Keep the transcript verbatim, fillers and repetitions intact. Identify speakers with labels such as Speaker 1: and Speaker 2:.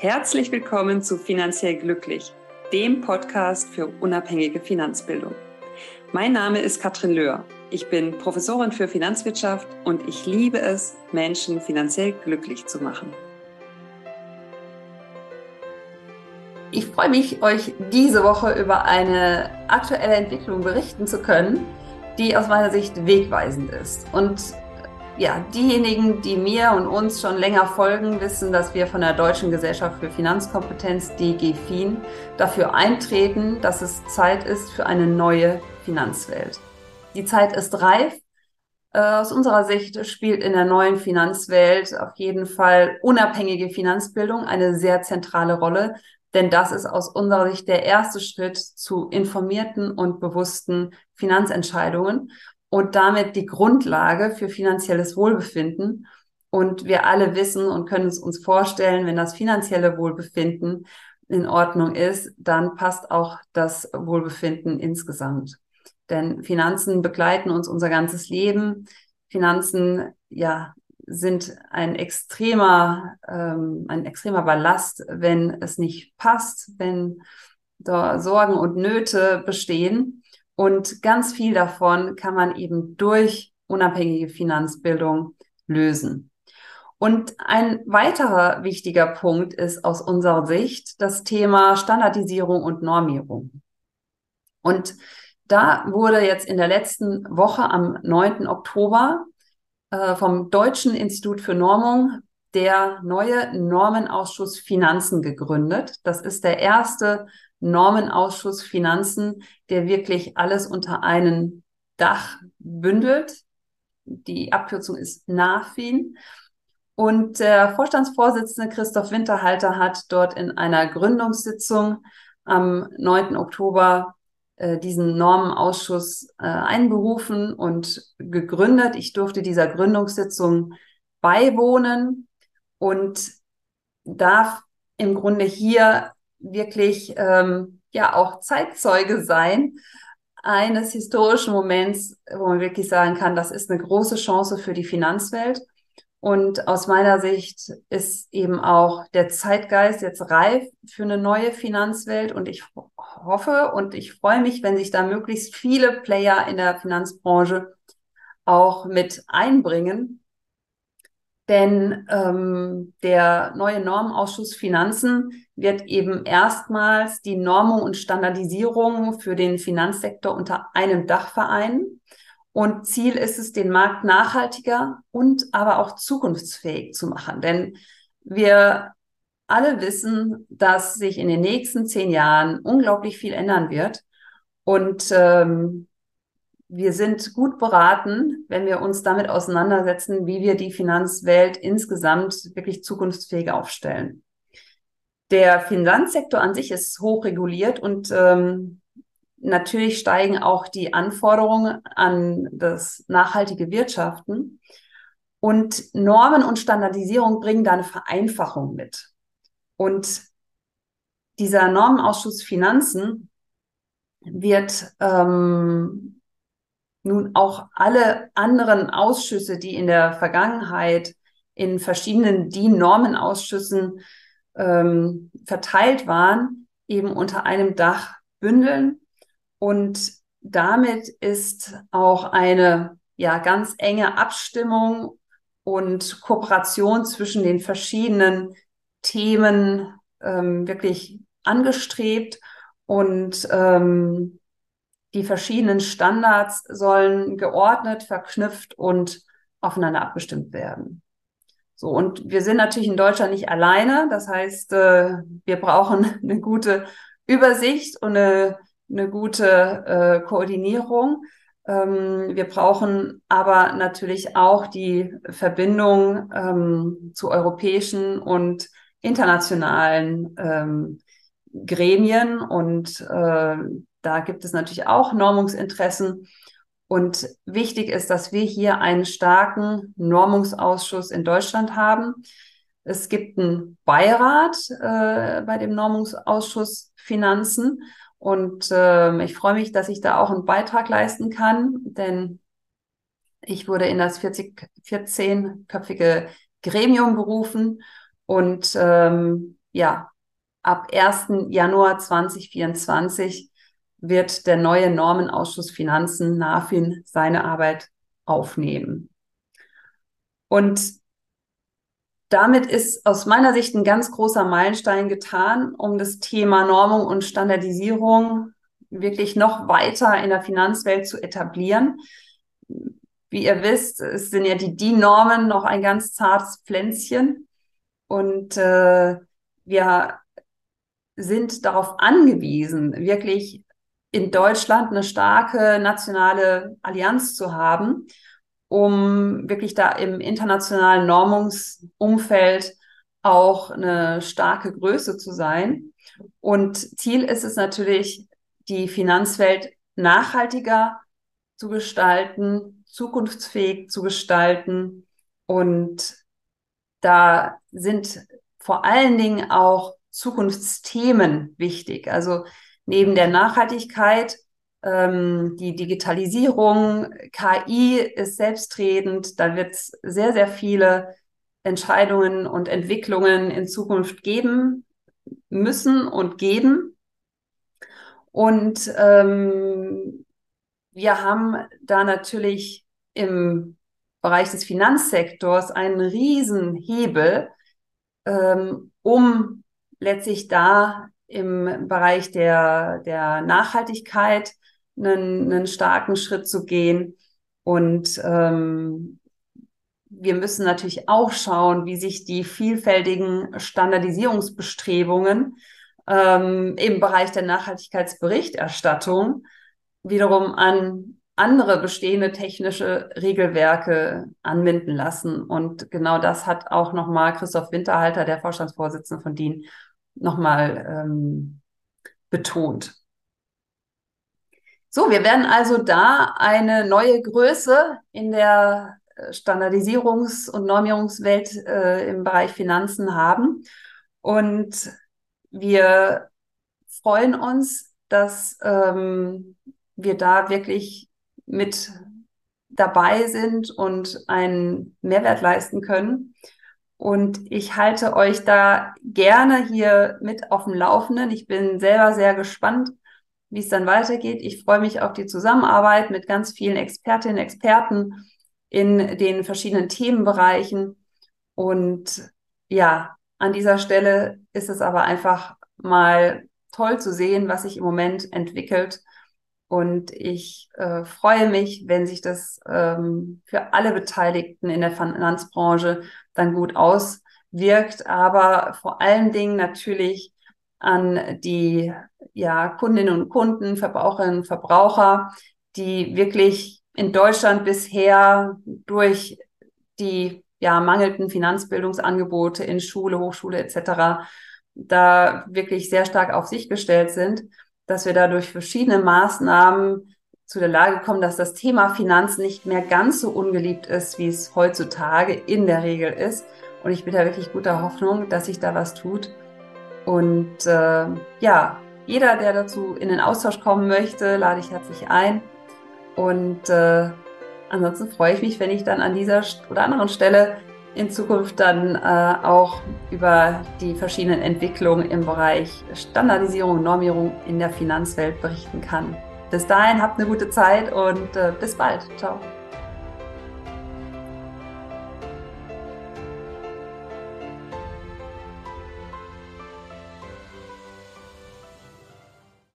Speaker 1: Herzlich willkommen zu Finanziell Glücklich, dem Podcast für unabhängige Finanzbildung. Mein Name ist Katrin Löhr. Ich bin Professorin für Finanzwirtschaft und ich liebe es, Menschen finanziell glücklich zu machen. Ich freue mich, euch diese Woche über eine aktuelle Entwicklung berichten zu können, die aus meiner Sicht wegweisend ist. Und ja, diejenigen, die mir und uns schon länger folgen, wissen, dass wir von der Deutschen Gesellschaft für Finanzkompetenz, D G F I N, dafür eintreten, dass es Zeit ist für eine neue Finanzwelt. Die Zeit ist reif. Aus unserer Sicht spielt in der neuen Finanzwelt auf jeden Fall unabhängige Finanzbildung eine sehr zentrale Rolle, denn das ist aus unserer Sicht der erste Schritt zu informierten und bewussten Finanzentscheidungen und damit die Grundlage für finanzielles Wohlbefinden. Und wir alle wissen und können es uns vorstellen, wenn das finanzielle Wohlbefinden in Ordnung ist, dann passt auch das Wohlbefinden insgesamt. Denn Finanzen begleiten uns unser ganzes Leben. Finanzen, ja, sind ein extremer, ähm, ein extremer Ballast, wenn es nicht passt, wenn da Sorgen und Nöte bestehen. Und ganz viel davon kann man eben durch unabhängige Finanzbildung lösen. Und ein weiterer wichtiger Punkt ist aus unserer Sicht das Thema Standardisierung und Normierung. Und da wurde jetzt in der letzten Woche am neunten Oktober äh, vom Deutschen Institut für Normung der neue Normenausschuss Finanzen gegründet. Das ist der erste Normenausschuss Finanzen, der wirklich alles unter einem Dach bündelt. Die Abkürzung ist NaFin. Und der Vorstandsvorsitzende Christoph Winterhalter hat dort in einer Gründungssitzung am neunten Oktober äh, diesen Normenausschuss äh, einberufen und gegründet. Ich durfte dieser Gründungssitzung beiwohnen und darf im Grunde hier wirklich ähm, ja auch Zeitzeuge sein eines historischen Moments, wo man wirklich sagen kann, das ist eine große Chance für die Finanzwelt. Und aus meiner Sicht ist eben auch der Zeitgeist jetzt reif für eine neue Finanzwelt. Und ich hoffe und ich freue mich, wenn sich da möglichst viele Player in der Finanzbranche auch mit einbringen. Denn ähm, der neue Normenausschuss Finanzen wird eben erstmals die Normung und Standardisierung für den Finanzsektor unter einem Dach vereinen. Und Ziel ist es, den Markt nachhaltiger und aber auch zukunftsfähig zu machen. Denn wir alle wissen, dass sich in den nächsten zehn Jahren unglaublich viel ändern wird. Und ähm, wir sind gut beraten, wenn wir uns damit auseinandersetzen, wie wir die Finanzwelt insgesamt wirklich zukunftsfähig aufstellen. Der Finanzsektor an sich ist hoch reguliert und ähm, natürlich steigen auch die Anforderungen an das nachhaltige Wirtschaften. Und Normen und Standardisierung bringen da eine Vereinfachung mit. Und dieser Normenausschuss Finanzen wird ähm, nun auch alle anderen Ausschüsse, die in der Vergangenheit in verschiedenen D I N-Normenausschüssen ähm, verteilt waren, eben unter einem Dach bündeln. Und damit ist auch eine ja ganz enge Abstimmung und Kooperation zwischen den verschiedenen Themen ähm, wirklich angestrebt und ähm, die verschiedenen Standards sollen geordnet, verknüpft und aufeinander abgestimmt werden. So, und wir sind natürlich in Deutschland nicht alleine. Das heißt, äh, wir brauchen eine gute Übersicht und eine, eine gute äh, Koordinierung. Ähm, wir brauchen aber natürlich auch die Verbindung ähm, zu europäischen und internationalen ähm, Gremien und äh, da gibt es natürlich auch Normungsinteressen. Und wichtig ist, dass wir hier einen starken Normungsausschuss in Deutschland haben. Es gibt einen Beirat äh, bei dem Normungsausschuss Finanzen. Und äh, ich freue mich, dass ich da auch einen Beitrag leisten kann, denn ich wurde in das vierzig, vierzehn-köpfige Gremium berufen und ähm, ja, ab ersten Januar zweitausendvierundzwanzig wird der neue Normenausschuss Finanzen NaFin seine Arbeit aufnehmen. Und damit ist aus meiner Sicht ein ganz großer Meilenstein getan, um das Thema Normung und Standardisierung wirklich noch weiter in der Finanzwelt zu etablieren. Wie ihr wisst, es sind ja die D I N-Normen noch ein ganz zartes Pflänzchen. Und äh, wir sind darauf angewiesen, wirklich in Deutschland eine starke nationale Allianz zu haben, um wirklich da im internationalen Normungsumfeld auch eine starke Größe zu sein. Und Ziel ist es natürlich, die Finanzwelt nachhaltiger zu gestalten, zukunftsfähig zu gestalten. Und da sind vor allen Dingen auch Zukunftsthemen wichtig. Also neben der Nachhaltigkeit, ähm, die Digitalisierung, K I ist selbstredend. Da wird es sehr, sehr viele Entscheidungen und Entwicklungen in Zukunft geben müssen und geben. Und ähm, wir haben da natürlich im Bereich des Finanzsektors einen riesen Hebel, ähm, um letztlich da im Bereich der, der Nachhaltigkeit einen, einen starken Schritt zu gehen. Und ähm, wir müssen natürlich auch schauen, wie sich die vielfältigen Standardisierungsbestrebungen ähm, im Bereich der Nachhaltigkeitsberichterstattung wiederum an andere bestehende technische Regelwerke anwenden lassen. Und genau das hat auch nochmal Christoph Winterhalter, der Vorstandsvorsitzende von D I N, nochmal ähm, betont. So, wir werden also da eine neue Größe in der Standardisierungs- und Normierungswelt äh, im Bereich Finanzen haben. Und wir freuen uns, dass ähm, wir da wirklich mit dabei sind und einen Mehrwert leisten können. Und ich halte euch da gerne hier mit auf dem Laufenden. Ich bin selber sehr gespannt, wie es dann weitergeht. Ich freue mich auf die Zusammenarbeit mit ganz vielen Expertinnen und Experten in den verschiedenen Themenbereichen. Und ja, an dieser Stelle ist es aber einfach mal toll zu sehen, was sich im Moment entwickelt. Und ich äh, freue mich, wenn sich das ähm, für alle Beteiligten in der Finanzbranche dann gut auswirkt, aber vor allen Dingen natürlich an die ja, Kundinnen und Kunden, Verbraucherinnen und Verbraucher, die wirklich in Deutschland bisher durch die ja, mangelnden Finanzbildungsangebote in Schule, Hochschule et cetera da wirklich sehr stark auf sich gestellt sind, dass wir da durch verschiedene Maßnahmen zu der Lage kommen, dass das Thema Finanz nicht mehr ganz so ungeliebt ist, wie es heutzutage in der Regel ist. Und ich bin da wirklich guter Hoffnung, dass sich da was tut. Und äh, ja, jeder, der dazu in den Austausch kommen möchte, lade ich herzlich ein. Und äh, ansonsten freue ich mich, wenn ich dann an dieser oder anderen Stelle in Zukunft dann äh, auch über die verschiedenen Entwicklungen im Bereich Standardisierung und Normierung in der Finanzwelt berichten kann. Bis dahin habt eine gute Zeit und äh, bis bald. Ciao.